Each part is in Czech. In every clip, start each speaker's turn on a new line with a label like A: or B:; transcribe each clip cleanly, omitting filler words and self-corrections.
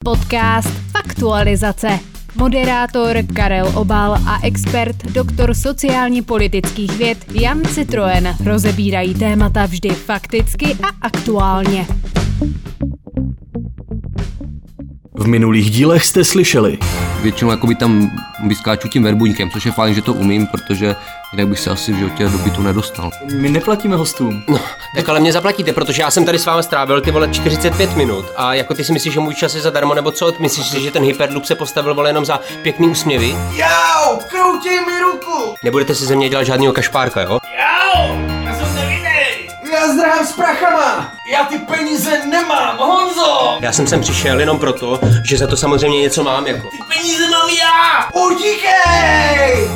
A: Podcast Faktualizace. Moderátor Karel Obal a expert doktor sociálně politických věd Jan Citroen rozebírají témata vždy fakticky a aktuálně.
B: V minulých dílech jste slyšeli.
C: Většinou jakoby tam vyskáču tím verbuňkem, což je fajn, že to umím, protože jinak bych se asi v životě do bytu nedostal.
B: My neplatíme hostům.
D: No, tak ale mě zaplatíte, protože já jsem tady s vámi strávil ty vole 45 minut a jako ty si myslíš, že můj čas je zadarmo, nebo co? Myslíš si, že ten hyperloop se postavil vole jenom za pěkný úsměvy?
E: Jau, kroutí mi ruku!
D: Nebudete si ze mě dělat žádnýho kašpárka, jo?
E: Jau, já jsem nevinnej! Já zdrhám s prachama! Já ty peníze nemám, Honzo!
D: Já jsem sem přišel jenom proto, že za to samozřejmě něco mám, jako.
E: Ty peníze mám já! Utíkej!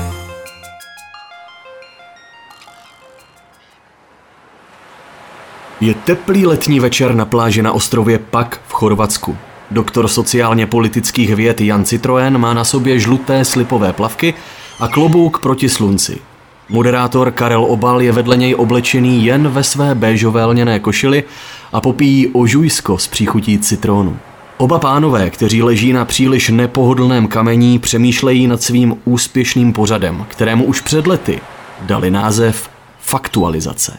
B: Je teplý letní večer na pláži na ostrově Pag v Chorvatsku. Doktor sociálně politických věd Jan Citroen má na sobě žluté slipové plavky a klobouk proti slunci. Moderátor Karel Obal je vedle něj oblečený jen ve své béžové lněné košili a popíjí ožujsko s příchutí citrónu. Oba pánové, kteří leží na příliš nepohodlném kamení, přemýšlejí nad svým úspěšným pořadem, kterému už před lety dali název Faktualizace.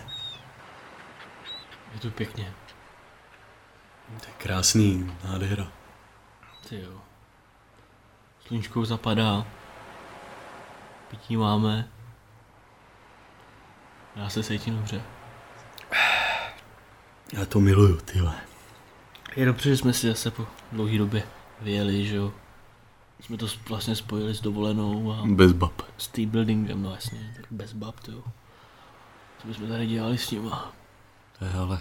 F: Je to pěkně.
B: To je krásný, nádhera.
F: Ty jo. Sluníčko zapadá. Pití máme. Já se cítím dobře.
B: Já to miluju, tyhle.
F: Je dobře, že jsme si zase po dlouhý době vyjeli, že jo. Jsme to vlastně spojili s dovolenou a
B: Bez bab.
F: s team buildingem, no jasně, tak bez bab, jo. Co bychom tady dělali s nima?
B: To je ale...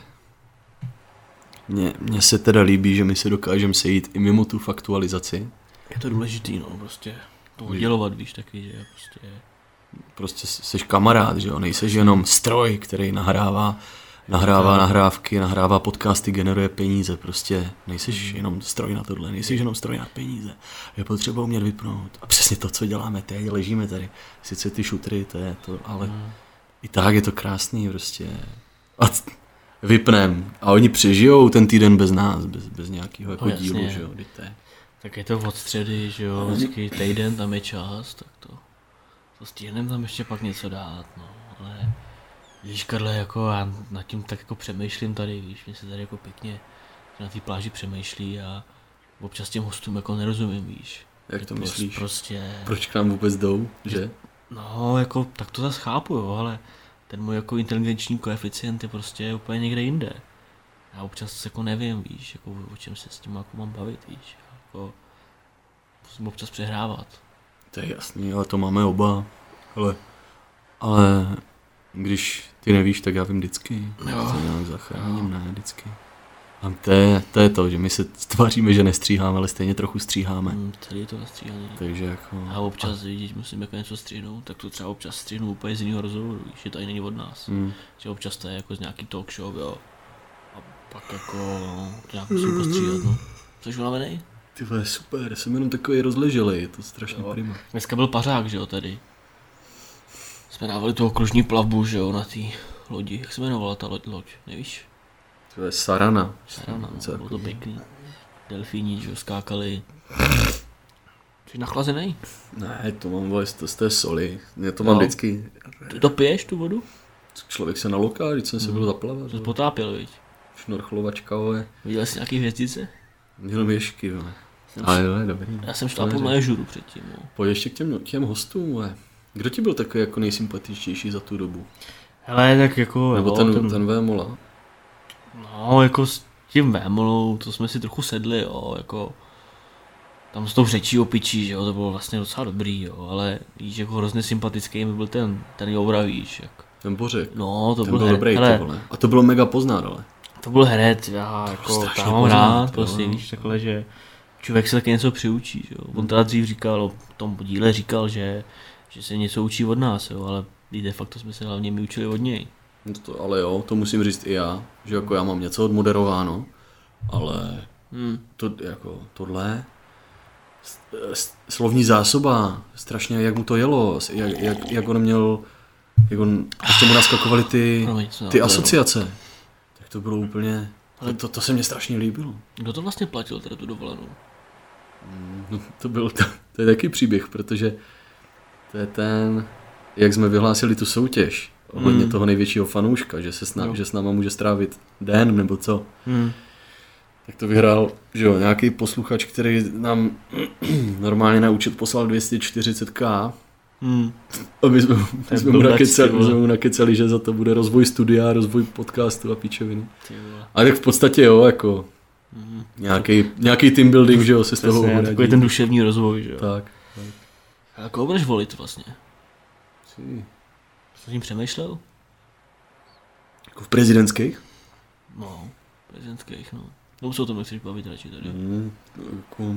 B: Mně se teda líbí, že my se dokážeme sejít i mimo tu faktualizaci.
F: Je to důležitý, no, prostě to oddělovat, víš, taky, že
B: Prostě seš kamarád, že jo, nejseš jenom stroj, který nahrává nahrávky, nahrává podcasty, generuje peníze, prostě nejseš jenom stroj na tohle, nejseš jenom stroj na peníze. Je potřeba umět vypnout. A přesně to, co děláme teď, ležíme tady. Sice ty šutry, to je to, ale i tak je to krásný prostě. A vypnem. A oni přežijou ten týden bez nás, bez nějakého jako dílu, že jo.
F: Tak je to od středy, že jo, vždycky týden, tam je čas, tak to stihneme tam ještě pak něco dát, no, ale víš, Karle, jako já nad tím tak jako přemýšlím tady, víš, mě se tady jako pěkně na té pláži přemýšlí a občas těm hostům jako nerozumím, víš.
B: Jak to myslíš?
F: Prostě...
B: Proč k nám vůbec jdou, že?
F: No, jako, tak to zase chápu, jo, ale ten můj jako inteligenční koeficient je prostě úplně někde jinde. Já občas jako nevím, víš, jako o čem se s tím jako mám bavit, víš, jako musím občas přehrávat.
B: To je jasný, ale to máme oba. Ale když ty nevíš, tak já vím vždycky.
F: Jo.
B: To nějak zachráním, ne vždycky. A to je to, že my se tváříme, že nestříháme, ale stejně trochu stříháme.
F: Tady je to nastříhané.
B: Takže jako...
F: A občas, když musím jako něco stříhnout, tak to třeba občas stříhnu úplně z jiného rozhovoru, víš, že to ani není od nás. Že občas to je jako z nějaký talk show, jo. A pak jako to nějak musím postříhat, no. Jsi unavenej?
B: Ty vole, super, jsem jenom takový rozleželej, je to strašně prima.
F: Dneska byl pařák, že jo, tady. Jsme dávali tu okružní plavbu, že jo, na té lodi. Jak se jmenovala ta loď, nevíš?
B: To je Sarana.
F: Sarana, no, bylo to pěkný. Delfíni, že jo, skákali. Jsi nachlazenej?
B: Ne, to mám vole, z té soli. Já to mám vždycky.
F: Ty to piješ, tu vodu?
B: Člověk se naloká, když jsem se byl zaplavat.
F: Jsi potápěl, viď?
B: Šnorchlovačka, vole.
F: Viděl jsi nějaký hvězdice?
B: Jenom ježky, vole. Ale jo, dobrý.
F: Já jsem šlápl na ježuru předtím, no.
B: Pojď ještě k těm hostům, vole. Kdo ti byl takový jako nejsympatičtější za tu dobu?
F: Hele, tak jako...
B: Nebo ten Vémola?
F: No, jako s tím Vémolou, to jsme si trochu sedli, jo, jako... Tam s tou řečí opičí, že jo, to bylo vlastně docela dobrý, jo, ale víš, jako hrozně sympatický mi byl ten Joura, víš, jak...
B: Ten Bořek.
F: No, to
B: ten byl dobrý, hele, to vole. A to bylo mega poznat, ale.
F: To byl herec, já jako tam mám rád, prostě víš, takhle, že člověk se taky něco přiučí, jo. On teda dřív říkal, o tom díle říkal, že se něco učí od nás, jo, ale de facto jsme se hlavně my učili od něj.
B: No to, ale jo, to musím říct i já, že jako já mám něco odmoderováno, ale to jako tohle slovní zásoba, strašně jak mu to jelo, jak on měl, jak on, prostě mu naskakovaly ty asociace, tak to bylo úplně, to se mně strašně líbilo.
F: Kdo to vlastně platil teda tu dovolenou?
B: No, to je taky příběh, protože to je ten, jak jsme vyhlásili tu soutěž ohledně toho největšího fanouška, že že s náma může strávit den nebo co. Tak to vyhrál, že jo, nějaký posluchač, který nám normálně na účet poslal 240k. A my jsme mu nakecali, že za to bude rozvoj studia, rozvoj podcastu a píčoviny. A tak v podstatě jo, jako nějaký team building, že jo, se z toho
F: uvědí. Takový ten duševní rozvoj, že jo.
B: Tak.
F: A koho budeš volit vlastně?
B: Jsi
F: tím přemýšlel?
B: jako v prezidentských?
F: No, prezidentských, no. Nebo se o tom nechceš bavit radši tady?
B: Jako...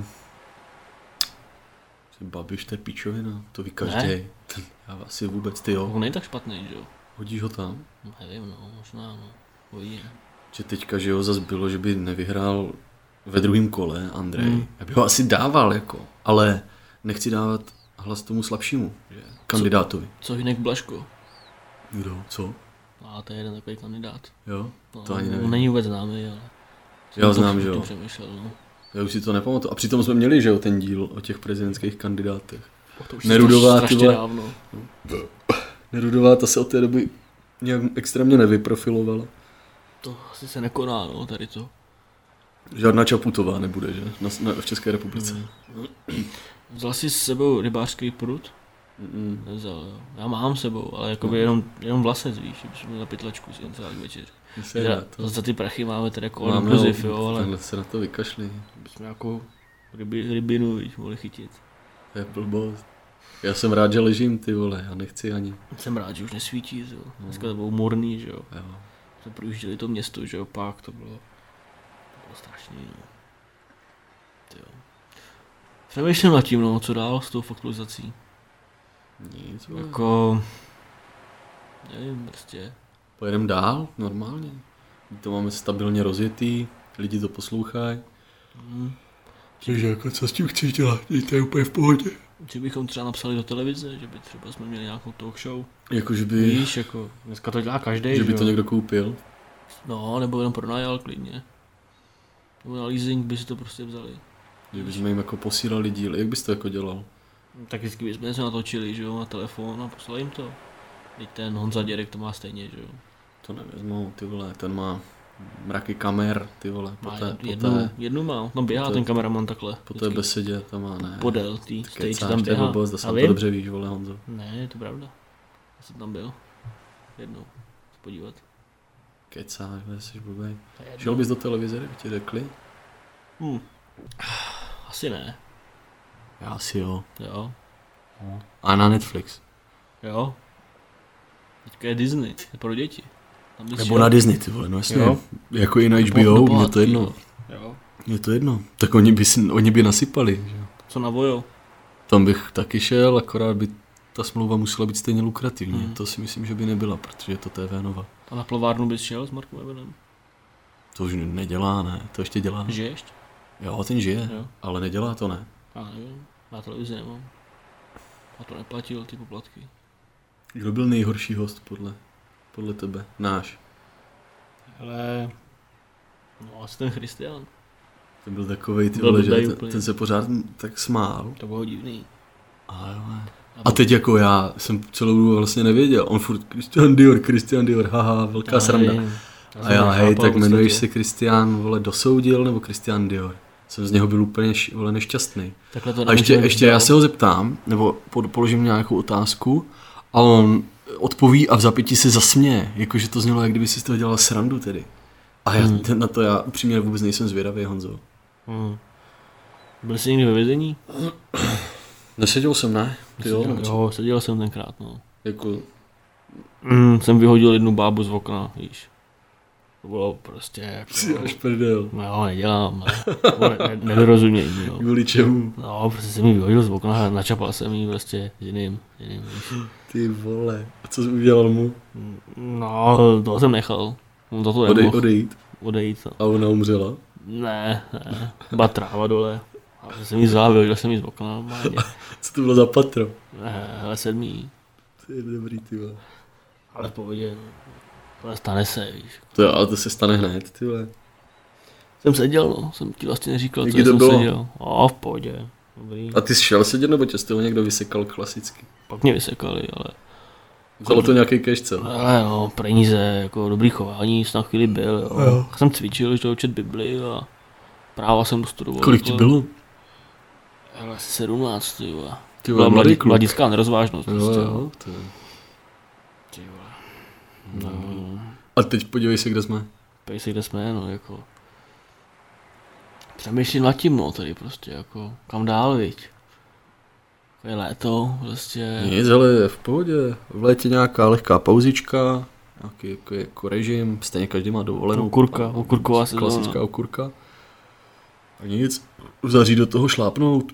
B: Babiš, to je píčovina, to ví každý. Já asi vůbec, ty jo.
F: On není tak špatný, že jo?
B: Hodíš ho tam?
F: No, nevím, no, možná, no. Uvidíme.
B: Že teďka, že jo, zas bylo, že by nevyhrál ve druhém kole Andrej. Já bych ho asi dával, jako, ale nechci dávat hlas tomu slabšímu, že? Kandidátovi.
F: Co Hinek Blažko?
B: Kdo? Co?
F: A to je jeden takový kandidát.
B: Jo?
F: No,
B: To ani nevím.
F: on není vůbec známý, ale...
B: Já znám, že jo.
F: Přemýšlel, no.
B: Já už si to nepamatuju. A přitom jsme měli, že jo, ten díl o těch prezidentských kandidátech.
F: To už
B: Nerudová,
F: strašně
B: tyhle,
F: dávno.
B: Nerudová, ta se od té doby nějak extrémně nevyprofilovala.
F: To asi se nekoná, no, tady to.
B: Žádná Čaputová nebude, že? V České republice.
F: Vzal jsi s sebou rybářský prut? Nevzal, jo. Já mám s sebou, ale jakoby jenom vlasec, víš, že jsme na pytlačku si jen celý večer. Za ty prachy máme teda jako inkluziv, jo, ale...
B: Tenhle se na to vykašli.
F: Bychom nějakou rybinu, víš, mohli chytit.
B: To je blbost. Já jsem rád, že ležím, ty vole, já nechci ani.
F: Jsem rád, že už nesvítí, jo. Dneska to bylo morný, že jo. Jsme projížděli to město, že jo, pak to bylo strašný, no. Ty jo. Přemýšlím nad tím, no, co dál s tou faktualizací.
B: Nic,
F: jako... Nevím, prostě.
B: Pojedeme dál, normálně. To máme stabilně rozjetý, lidi to poslouchají. Takže jako co s tím chceš dělat? To je úplně v pohodě.
F: Že bychom třeba napsali do televize, že by třeba jsme měli nějakou talk show.
B: Jako, že by...
F: Víš, jako, dneska to dělá každý.
B: Že by to někdo koupil.
F: No, nebo jenom pronajal klidně. Nebo na leasing by si to prostě vzali.
B: Že bychom jim jako posílali díly. Jak bys to jako dělal?
F: Tak vždycky bychom něco natočili, že jo, na telefon a poslali jim to. Teď ten Honza Děrek to má stejně, že jo.
B: To nevezmou, ty vole, ten má mraky kamer, ty vole,
F: jednu má, tam běhá ten kameraman takhle.
B: Po té besedě to má, ne.
F: Podél tý stage tam běhá.
B: To sám to dobře víš, vole, Honzo.
F: Ne, je to pravda. Já jsem tam byl. Jednou. Podívat.
B: Kecáš, jsi blbej. Šel bys do televize, kdyby ti řekli?
F: Asi ne.
B: Já asi jo.
F: Jo.
B: A na Netflix.
F: Jo. Teďka je Disney, je pro děti.
B: Nebo na Disney, ty vole, no jasně. Jo. Jako i na HBO, mě to jedno.
F: Jo.
B: Mě to jedno. Tak oni by nasypali. Že?
F: Co na Vojo?
B: Tam bych taky šel, akorát by ta smlouva musela být stejně lukrativní. To si myslím, že by nebyla, protože je to TV Nova.
F: A na plovárnu bys šel s Markem Ebenem?
B: To už nedělá, ne? To ještě dělá.
F: Žije ještě?
B: Jo, ten žije, jo. Ale nedělá to, ne?
F: Já nevím, na televizi nemám. A to neplatil ty poplatky.
B: Kdo byl nejhorší host podle tebe? Náš.
F: Ale... No asi ten Christian.
B: Ten byl takovej, ty vole, že ten se pořád tak smál.
F: To bylo divný.
B: A teď jako já jsem celou dobu vlastně nevěděl. On furt Christian Dior, haha, velká sranda. A já, hej, tak jmenuješ se Christian, vole, dosoudil, nebo Christian Dior? Jsem z něho byl úplně vole, nešťastný.
F: A
B: ještě já se ho zeptám, nebo položím nějakou otázku a on odpoví a v zápětí se zasměje, jakože to znělo, jak kdyby si z toho dělal srandu tedy. A na to já upřímně vůbec nejsem zvědavý, Honzo.
F: Byl jsi někdy ve vězení?
B: Neseděl jsem, ne?
F: Jo, seděl jsem tenkrát, no.
B: Jako...
F: Jsem vyhodil jednu bábu z okna, víš. To bylo prostě jako...
B: Jsi až prdel.
F: No jo, nedělám, nedorozumění, jo.
B: Kvůli čemu?
F: No, prostě jsem ji vyhodil z okna a načapal jsem ji prostě jiným, víš.
B: Ty vole, a co jsi udělal mu?
F: No, to jsem nechal. Odejít.
B: A ona umřela?
F: Ne, byla tráva dole. A jsem jí zvál, vyhodil jsem jí z okna.
B: Co to bylo za patro?
F: Hele, 7.
B: To je dobrý, ty vole.
F: Ale v pohodě, to stane se, víš.
B: Ale to se stane hned, ty vole.
F: Jsem seděl, no, jsem ti vlastně neříkal, co jsem seděl. V pohodě. dobrý.
B: A ty jsi šel sedět, nebo tě z toho někdo vysekal klasicky?
F: Pak mě vysekali, ale...
B: Vzalo to nějaký cash, co?
F: Ale jo, peníze, jako dobrý chování, jsem na chvíli byl, jo. Jsem cvičil, že čet Bibli a práva jsem dostudoval.
B: Kolik ti bylo?
F: Ale 17, jo.
B: Ty vole,
F: Byla
B: mladý kluk.
F: mladická nerozvážnost.
B: Jo,
F: Prostě,
B: jo, to je.
F: Ty vole. No.
B: A teď podívej se, kde jsme.
F: Pej se, kde jsme, no, jako... Přemýšlím nad tím, no, tady prostě, jako, kam dál, viď? Je léto, prostě...
B: Nic, ale je v pohodě. V létě nějaká lehká pauzička, nějaký jako režim, stejně každý má dovolenou.
F: Okurková sezóna.
B: Klasická okurka. A nic, v září do toho šlápnout.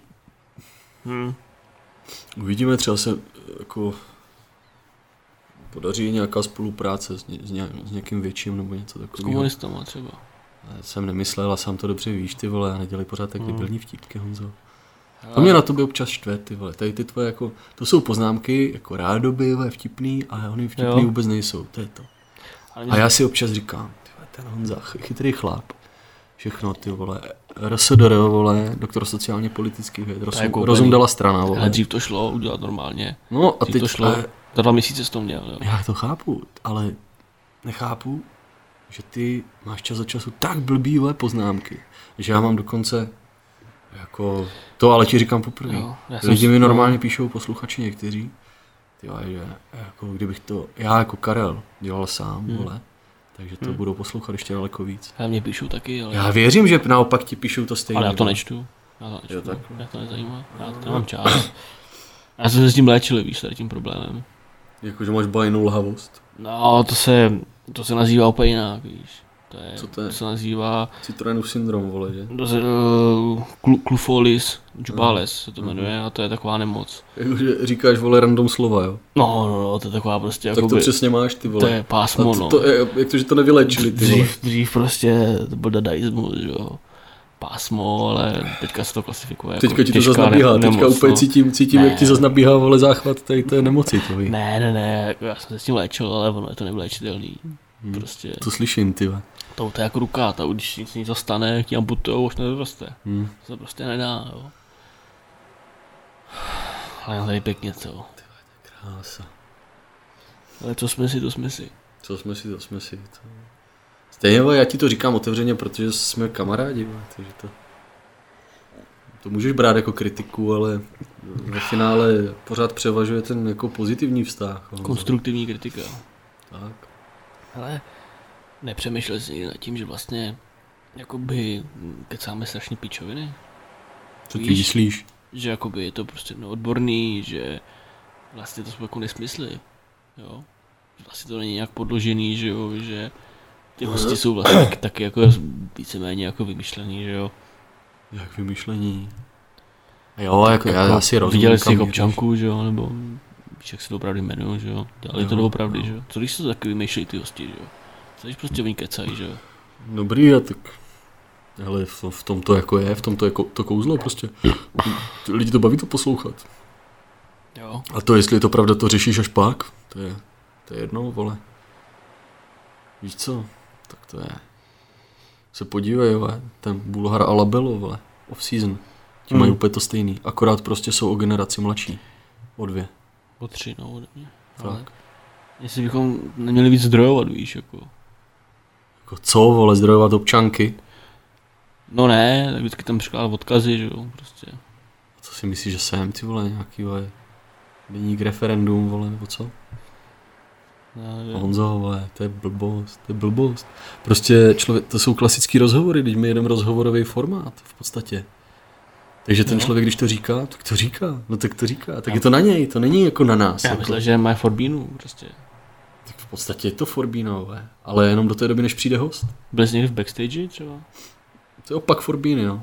B: Uvidíme, třeba se jako podaří nějaká spolupráce s někým větším nebo něco
F: S
B: takového.
F: komunistama třeba.
B: Já jsem nemyslel a sám to dobře víš, ty vole, a nedělej pořád tak debilní vtípky, Honzo. To mě na tobě občas štve, ty vole, tady ty tvoje jako, to jsou poznámky jako rádoby, vtipný, ale oni vtipný vůbec nejsou, to je to. A já si občas říkám, ty vole, ten Honza, chytrý chlap, všechno, ty vole, RSDR, vole, doktor sociálně politických věd, rozum dala strana, vole.
F: Ale dřív to šlo udělat normálně.
B: No a
F: dřív
B: teď
F: to šlo, za 2 měsíce jsi to měl, jo.
B: Já to chápu, ale nechápu, že ty máš čas od času tak blbý, vole, poznámky, že já mám dokonce jako, to ale ti říkám poprvé. Lidi mi normálně píšou posluchači někteří, tyhle, že jako kdybych to, já jako Karel dělal sám, vole, takže to budou poslouchat ještě daleko víc.
F: Já mě píšou taky, ale...
B: Já věřím, že naopak ti píšou to stejně.
F: Ale já to nečtu. Jo, já to nezajímá, já to nemám čas. Já jsem se s tím léčil, víš, tady tím problémem.
B: Jakože máš bajnou lhavost.
F: No, to se nazývá úplně jinak, víš.
B: Co to je?
F: To se nazývá...
B: Citroenův syndrom, vole, že?
F: Clufolis jubales se to jmenuje a to je taková nemoc.
B: Jakože říkáš, vole, random slova, jo?
F: No, to je taková prostě
B: tak to přesně máš, ty vole.
F: To je pásmo, no.
B: Jak to, že to nevylečili, ty vole.
F: Dřív prostě to byl dadaismus, jo. Pásmo, ale teďka se to klasifikuje jako
B: teďka ti to zase nabíhá, teďka úplně cítím, jak ti zase nabíhá, vole, záchvat tady té nemoci, to ví.
F: Ne, já jsem se s tím léčil, ale ono je to nevyléčitelný. Prostě.
B: To slyším, ty vole.
F: To je jako ruka, když nic něco stane, jak ti amputujou, už nedoroste. To se prostě nedá, jo. Ale já tady pěkně, co?
B: Ty vole, to je krása.
F: Ale co jsme si.
B: To jsme si. Stejně, já ti to říkám otevřeně, protože jsme kamarádi, takže to můžeš brát jako kritiku, ale ve finále pořád převažuje ten jako pozitivní vztah.
F: Konstruktivní kritika.
B: Tak.
F: Ale nepřemýšlel jsi nad tím, že vlastně jakoby kecáme strašný pičoviny?
B: Co ty myslíš?
F: Že jakoby je to prostě neodborný, že vlastně to jsou jako nesmysly, jo? Že vlastně to není nějak podložený, že jo, že ty hosti jsou vlastně taky jako víceméně jako vymyšlený, že jo?
B: Jak vymyšlení? Jo, jako já asi rozumím.
F: Viděli jsi občanku, že jo, nebo víš, jak se to opravdu jmenují, že jo? Dělali to doopravdy, že jo? Co když se to taky vymýšlejí ty hosti, že jo? Co když prostě oni kecají, že jo?
B: Dobrý, a tak... Ale v tom to jako je, v tom to je to kouzlo prostě. Lidi to baví to poslouchat.
F: Jo.
B: A to, jestli je to pravda, to řešíš až pak. To je jedno, vole. Víš co? Tak to je. Se podívej, vole. Ten Bulhar a Labelo, vole. Off-season. Ti mají úplně to stejný. Akorát prostě jsou o generaci mladší. O 2.
F: O 3, no, ode mě.
B: Tak.
F: Ale jestli bychom neměli víc zdrojovat, víš, jako.
B: Jako co, vole, zdrojovat občanky?
F: No ne, tak vždycky tam přikládat odkazy, že jo, prostě.
B: A co si myslíš, že jsem, ty vole, nějaký, vole, deník referendum, vole, nebo co? Honzo, vole, to je blbost. Prostě člověk, to jsou klasický rozhovory, když my jedeme rozhovorový formát, v podstatě. Takže ten člověk, když to říká, tak to říká, tak je to na něj, to není jako na nás.
F: Já
B: jako.
F: myslím, že má Forbínu, prostě.
B: Tak v podstatě je to Forbíno, ale jenom do té doby, než přijde host.
F: Byl jsi někdy v backstage třeba?
B: To je opak Forbíny, no.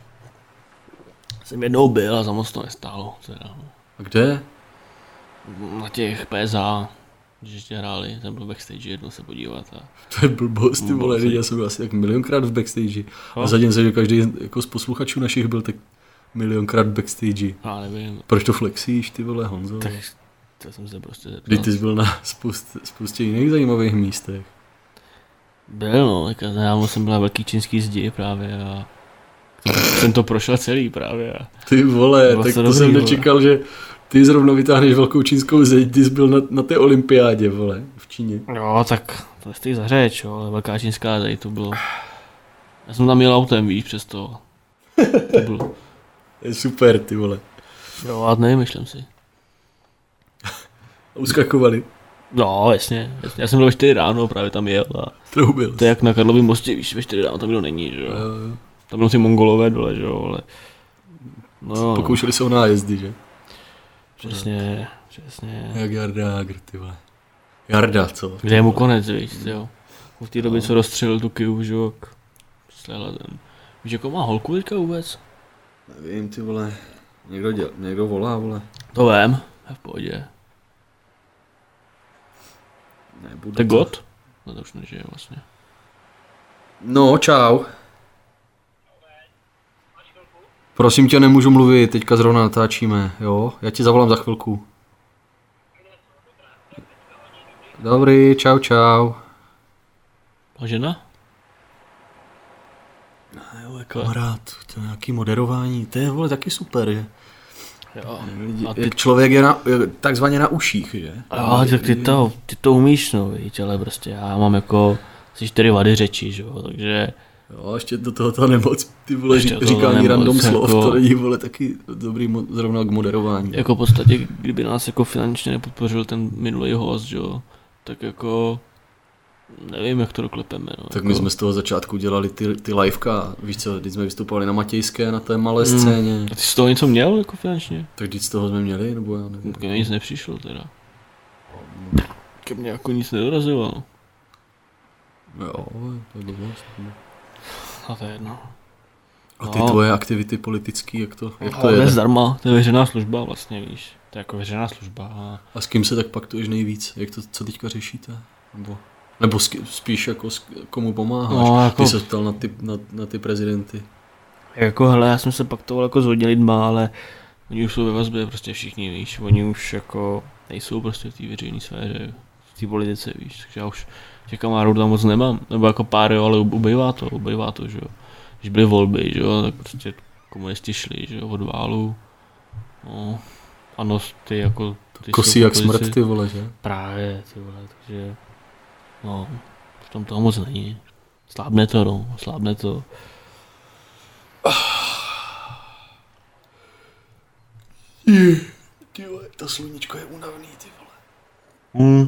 F: Jsem jednou byl a za moc to nestálo. Teda.
B: A kde?
F: Na těch PSA, když ještě hráli, jsem byl v backstage jednou se podívat. A...
B: To je blbost, ty vole, já jsem byl asi tak milionkrát v backstage. A zadím se, že každý jako z posluchačů našich byl tak milionkrát v backstage.
F: Já nevím.
B: Proč to flexíš, ty vole, Honzo?
F: Tak to jsem se prostě zeptal.
B: Když ty jsi byl na spoustě jiných zajímavých místech.
F: Byl, no, já jsem byl na velký čínský zdi právě a Jsem to prošel celý právě.
B: Ty vole,
F: Bylo
B: tak to
F: dobrý,
B: jsem
F: vole.
B: nečekal, že ty zrovna vytáhneš velkou čínskou zeď, ty jsi byl na té olympiádě, vole, v Číně.
F: Jo, tak to stojí za řeč, jo, ale velká čínská zeď to bylo. Já jsem tam jel autem, víš, přes to. To bylo.
B: Je super, ty vole.
F: Jo, a nevymyšlím si.
B: Uskakovali.
F: No, jasně. Já jsem byl ve 4 ráno, právě tam jel a
B: Troubil.
F: to je jak na Karlovém mostě, víš, ve 4 ráno tam kdo není, že jo. Tam byli ty Mongolové dole, že jo, ale... No,
B: Pokoušeli se o nájezdy, že?
F: přesně.
B: Jak Jarda Jágr, ty vole. Jarda, co?
F: Kde je mu konec, víš, jo. V té době, co rozstřelil tu Kyju, že jo, ten. Víš, jako má holku teďka vůbec?
B: Nevím, ty vole. Někdo volá, vole.
F: To vím, je v pohodě.
B: Nebudu
F: To je God? No to už nežije vlastně.
B: No, čau. Prosím tě, nemůžu mluvit, teďka zrovna natáčíme, jo? Já ti zavolám za chvilku. Dobrý, čau.
F: A žena?
B: Jo, kamarád, to je nějaký moderování, to je, vole, taky super, že?
F: Jo.
B: Jak člověk je takzvaně na uších, že?
F: Jo, tak ty to umíš, no, víš, ale prostě já mám jako asi 4 vady řeči, že jo, takže...
B: Jo, ještě do toho ta nemoc, ty vole,
F: Ještě do toho
B: říkání
F: nemoc,
B: random
F: jako-
B: slov, to není, vole, taky dobrý zrovna k moderování.
F: Jako v podstatě, kdyby nás jako finančně nepodpořil ten minulý host, že jo, tak jako... Nevím, jak to doklepeme, no.
B: Tak
F: jako...
B: my jsme z toho začátku dělali ty liveka, víš co, když jsme vystupovali na Matějské, na té malé scéně.
F: A ty jsi z toho něco měl, jako finančně?
B: Tak když z toho jsme měli, nebo já nevím.
F: Ke mně nic nepřišlo teda. Ke mně jako nic nedorazilo, no.
B: Jo, to je blbost.
F: A to je jedno.
B: A ty tvoje aktivity politické, jak to
F: Ale
B: je?
F: zdarma, to je veřejná služba vlastně, víš. To je jako veřejná služba.
B: A s kým se tak paktuješ nejvíc? Jak to, co teďka řešíte? Nebo spíš jako komu pomáháš?
F: No, jako...
B: Ty se ptal na ty prezidenty.
F: Jako hele, já jsem se paktoval jako s hodně lidma, ale oni už jsou ve vazbě prostě všichni, víš. Oni už jako nejsou prostě v té veřejné sféře, v té politice, víš. Takže já už těch kamarádů tam moc nemám. Nebo jako pár, jo, ale ubývá to, že jo. Když byly volby, že jo, tak prostě komunisti šli, že jo, od válu. No, ano, ty jako... Ty
B: Kosí jak smrt, ty vole, že?
F: Právě, ty vole, takže... No, v tom toho moc není. Slábne to.
B: Ty vole, to sluníčko je unavný, ty vole.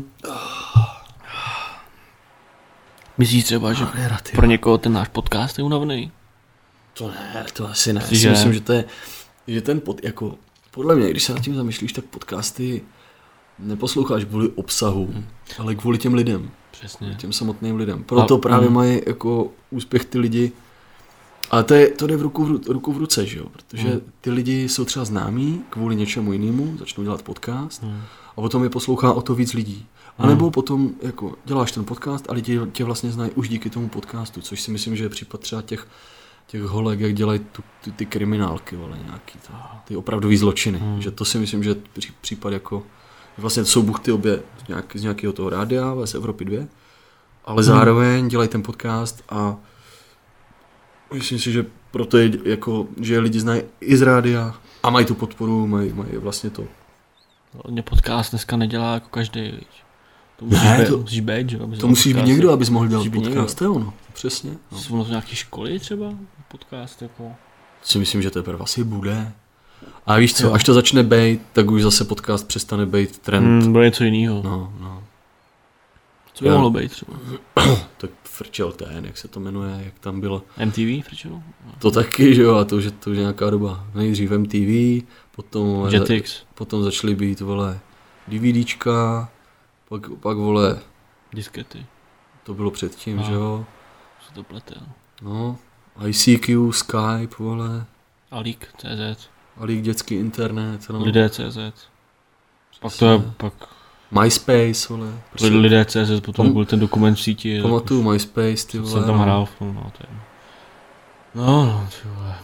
F: Myslíš třeba, že pro někoho ten náš podcast je unavný?
B: To ne, to asi ne.
F: Myslíš, že
B: Myslím,
F: ne?
B: že ten jako, podle mě, když se nad tím zamýšlíš, tak podcasty neposloucháš kvůli obsahu, ale kvůli těm lidem.
F: Přesně.
B: Těm samotným lidem. Proto právě mají jako úspěch ty lidi. Ale to jde v ruku v ruce, že jo? Protože ty lidi jsou třeba známí kvůli něčemu jinému, začnou dělat podcast a potom je poslouchá o to víc lidí. A nebo potom jako děláš ten podcast a lidi tě vlastně znají už díky tomu podcastu, což si myslím, že je případ třeba těch holek, jak dělají ty kriminálky, vole, nějaký ty opravdový zločiny. Že to si myslím, že je případ jako vlastně jsou buchty obě z nějakého toho rádia z Evropy 2, ale zároveň dělají ten podcast a myslím si, že proto je jako, že lidi znají i z rádia a mají tu podporu, mají vlastně to.
F: Hodně podcast dneska nedělá jako každý, víš. To musíš být, že?
B: To musíš být někdo, abys mohl dělat podcast, to je ono, přesně. No.
F: Jsou na to nějaké školy třeba, podcast jako?
B: Si myslím, že teprve asi bude. A víš co, až to začne bejt, tak už zase podcast přestane bejt trend.
F: Bude něco jiného.
B: No.
F: Co by mohlo být třeba?
B: Tak frčel ten, jak se to jmenuje, jak tam bylo.
F: MTV frčelo?
B: To taky, že jo, a to už je nějaká doba. Nejdřív MTV, potom začaly být, vole, DVDčka, pak vole,
F: diskety.
B: To bylo předtím, že jo.
F: Se to plete,
B: no. ICQ, Skype, vole.
F: Alík.cz.
B: Alík dětský internet, no.
F: Lidé.cz. Pak to je, pak...
B: MySpace, vole.
F: Lidé.cz, potom byl ten dokument v síti.
B: Pamatuju MySpace, ty vole.
F: Jsem tam hrál, no, to je. No, ty vole.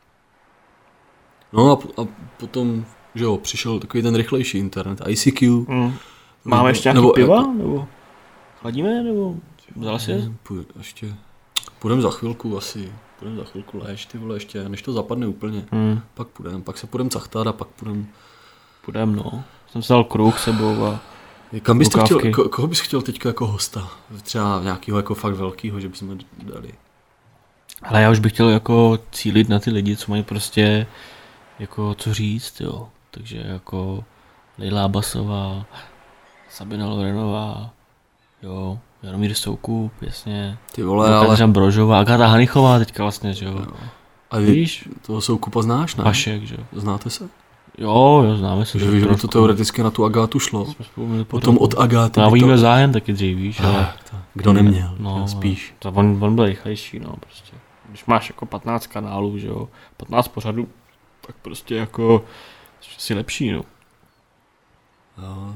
B: No a potom, že jo, přišel takový ten rychlejší internet, ICQ.
F: Máme ještě nějaký piva, nebo chladíme, nebo vzal jsi?
B: Ještě, půjdeme za chvilku asi. půjdem za chvilku léž, ty vole, ještě, než to zapadne úplně. Pak se půjdem cachtat a pak půjdem.
F: Půjdem, no. Jsem si dal kruh sebou a
B: Kam bys to chtěl,
F: rukávky.
B: koho bys chtěl teďka jako hosta? Třeba nějakého jako fakt velkýho, že bychom dali.
F: Ale já už bych chtěl jako cílit na ty lidi, co mají prostě jako co říct, jo. Takže jako Leila Abbasová, Sabina Lorenová, jo, Jaromír Soukup, jasně.
B: Ty vole, ale...
F: Kateřina Brožová, Agáta Hanichová teďka vlastně, že jo.
B: A
F: Víš?
B: toho Soukupa znáš, ne?
F: Vašek, že jo.
B: Znáte se?
F: Jo, známe se.
B: Že víš, že to teoreticky na tu Agátu šlo.
F: Jsme
B: Potom od Agáty.
F: Já víme zájem taky dřív, víš, ale...
B: Kdo neměl,
F: no,
B: spíš.
F: To on byl rychlejší, no, prostě. Když máš jako 15 kanálů, že jo, 15 pořadů, tak prostě jako si lepší, no.
B: Jo.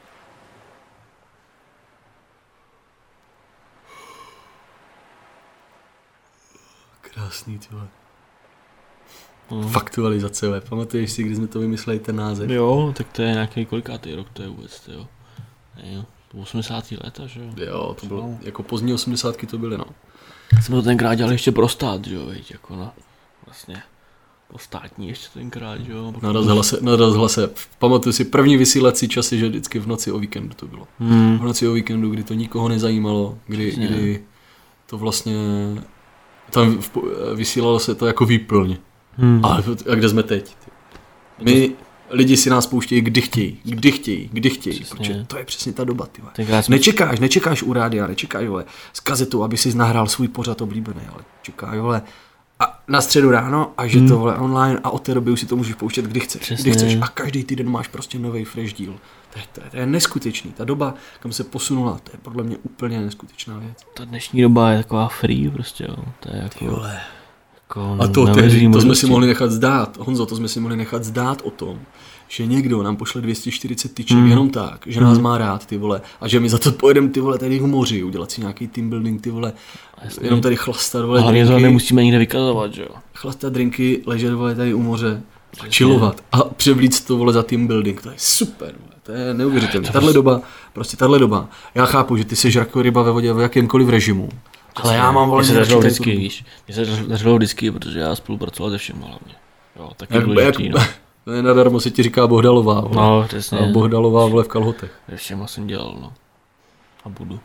B: Krásný, ty vole. Faktualizace, vole. Pamatuješ si, kdy jsme to vymysleli, ten název?
F: Jo, tak to je nějaký kolikátý rok to je vůbec, jo. Jo, 80. léta, že jo.
B: Jo, to bylo, jako pozdní 80. to byly, no.
F: Jsme to tenkrát dělali ještě pro stát, že jo, veď, jako na, vlastně, pro státní ještě tenkrát, že jo.
B: Na rozhlase. Pamatuju si první vysílací časy, že vždycky v noci o víkendu to bylo. V noci o víkendu, kdy to nikoho nezajímalo, kdy to vlastně, tam vysílalo se to jako výplň. A kde jsme teď? My, lidi si nás pouštějí, kdy chtějí, protože to je přesně ta doba, ty vole. Nečekáš u rádia, nečekáš, vole, s kazetou, aby si nahrál svůj pořad oblíbený, ale čekáš, vole, a na středu ráno, a že to, vole, online, a od té doby už si to můžeš pouštět, kdy chceš, a každý týden máš prostě nový fresh díl. To je neskutečný, ta doba, kam se posunula, to je podle mě úplně neskutečná věc.
F: Ta dnešní doba je taková free, prostě, jo, to je jako...
B: Vole.
F: Jako
B: A to jsme si mohli nechat zdát, Honzo, to jsme si mohli nechat zdát o tom, že někdo nám pošle 240 tyček jenom tak, že nás má rád, ty vole, a že my za to pojedeme, ty vole, tady v moři, udělat si nějaký team building, ty vole, jenom tady chlastat, vole,
F: hlavně to nemusíme nikde vykazovat, že jo.
B: Chlastat drinky, ležet, vole, tady u moře, a chillovat a převlít to, vole, za team building, to je super, vole, to je neuvěřitelné. Tahle doba, já chápu, že ty jsi jako ryba ve vodě v jakémkoliv režimu. Ale já mám volně
F: dařilo vždycky, víš. Mně se dařilo vždycky, protože já spolupracoval se všem hlavně. Jo, taky důležitý, no.
B: Nadarmo se ti říká Bohdalová, vole.
F: No, přesně.
B: A Bohdalová, vole, v kalhotech.
F: Se všema jsem dělal, no. A budu.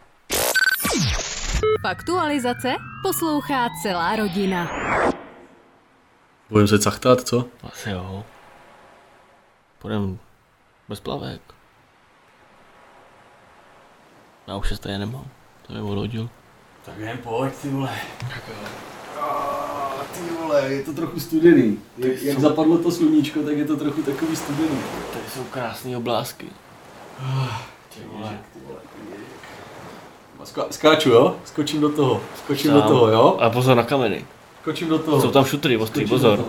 A: Faktualizace poslouchá celá rodina.
B: Budeme se cachtat, co?
F: Asi jo. Půjdem bez plavek. Já už se tady nemám. To mě odhodil.
B: Tak jen pojď, ty vole. Ty vole, je to trochu studený. Jak zapadlo to sluníčko, tak je to trochu takový studený.
F: Tady jsou krásné oblásky.
B: Ty vole. Skáču, jo? Skočím do toho, jo?
F: A pozor na kameny.
B: Skočím do toho.
F: Jsou tam šutry, ostrý, pozor.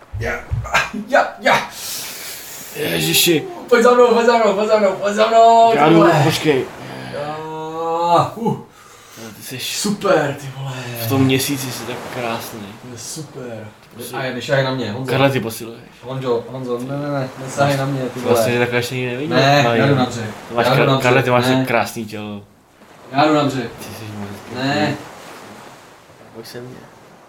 B: Já.
F: Ježiši.
B: Pojď za mnou.
F: Já jdu, počkej. Ty jsi
B: super, ty vole.
F: v tom měsíci jsi tak krásný.
B: Super. A nešahej na mě, Honzo.
F: Karle, ty posiluješ.
B: Honzo, ne, nesahej na mě, ty vole.
F: Vlastně takhle ještě nikdy neviděl.
B: Ne, já jdu na břeh.
F: Karle, ty máš krásný tělo.
B: Já jdu na břeh.
F: Ty jsi moc hezký.
B: Ne.
F: Pojď se mně.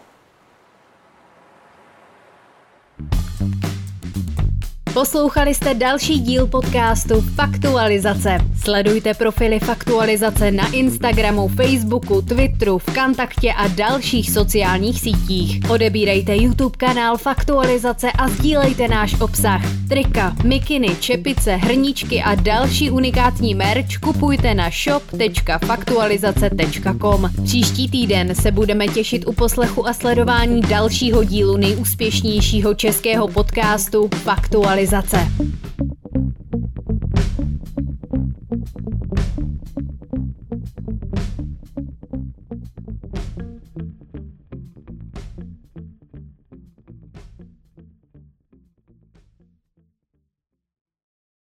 A: Poslouchali jste další díl podcastu Faktualizace. Sledujte profily Faktualizace na Instagramu, Facebooku, Twitteru, Vkontaktě a dalších sociálních sítích. Odebírejte YouTube kanál Faktualizace a sdílejte náš obsah. Trika, mikiny, čepice, hrníčky a další unikátní merch kupujte na shop.faktualizace.com. Příští týden se budeme těšit u poslechu a sledování dalšího dílu nejúspěšnějšího českého podcastu Faktualizace.